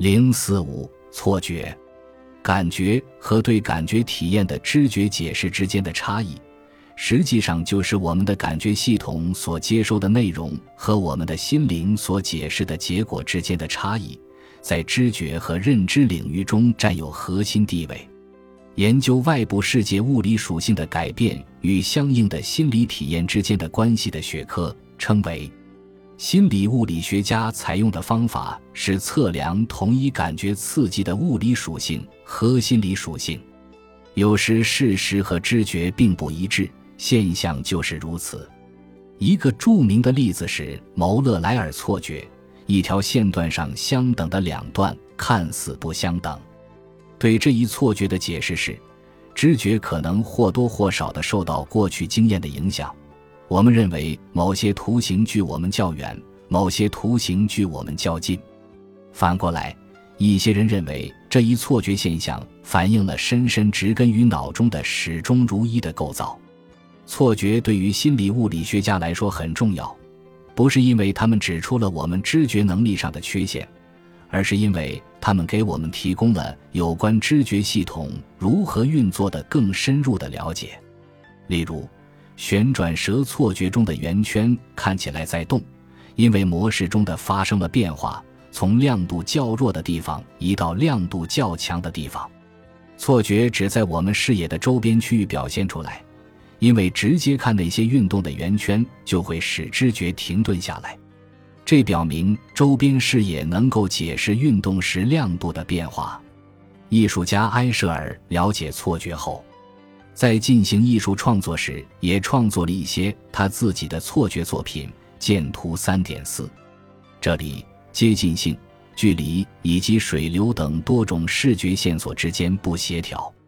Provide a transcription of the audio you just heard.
045错觉。感觉和对感觉体验的知觉解释之间的差异，实际上就是我们的感觉系统所接收的内容和我们的心灵所解释的结果之间的差异，在知觉和认知领域中占有核心地位。研究外部世界物理属性的改变与相应的心理体验之间的关系的学科称为心理物理学家采用的方法是测量同一感觉刺激的物理属性和心理属性。有时事实和知觉并不一致，现象就是如此。一个著名的例子是牟勒莱尔错觉，一条线段上相等的两段看似不相等。对这一错觉的解释是，知觉可能或多或少地受到过去经验的影响。我们认为某些图形距我们较远，某些图形距我们较近。反过来，一些人认为这一错觉现象反映了深深植根于脑中的始终如一的构造。错觉对于心理物理学家来说很重要，不是因为他们指出了我们知觉能力上的缺陷，而是因为他们给我们提供了有关知觉系统如何运作的更深入的了解。例如，旋转蛇错觉中的圆圈看起来在动，因为模式中的发生了变化，从亮度较弱的地方移到亮度较强的地方。错觉只在我们视野的周边区域表现出来，因为直接看那些运动的圆圈就会使知觉停顿下来。这表明周边视野能够解释运动时亮度的变化。艺术家埃舍尔了解错觉后，在进行艺术创作时也创作了一些他自己的错觉作品，见图 3.4。 这里接近性、距离以及水流等多种视觉线索之间不协调。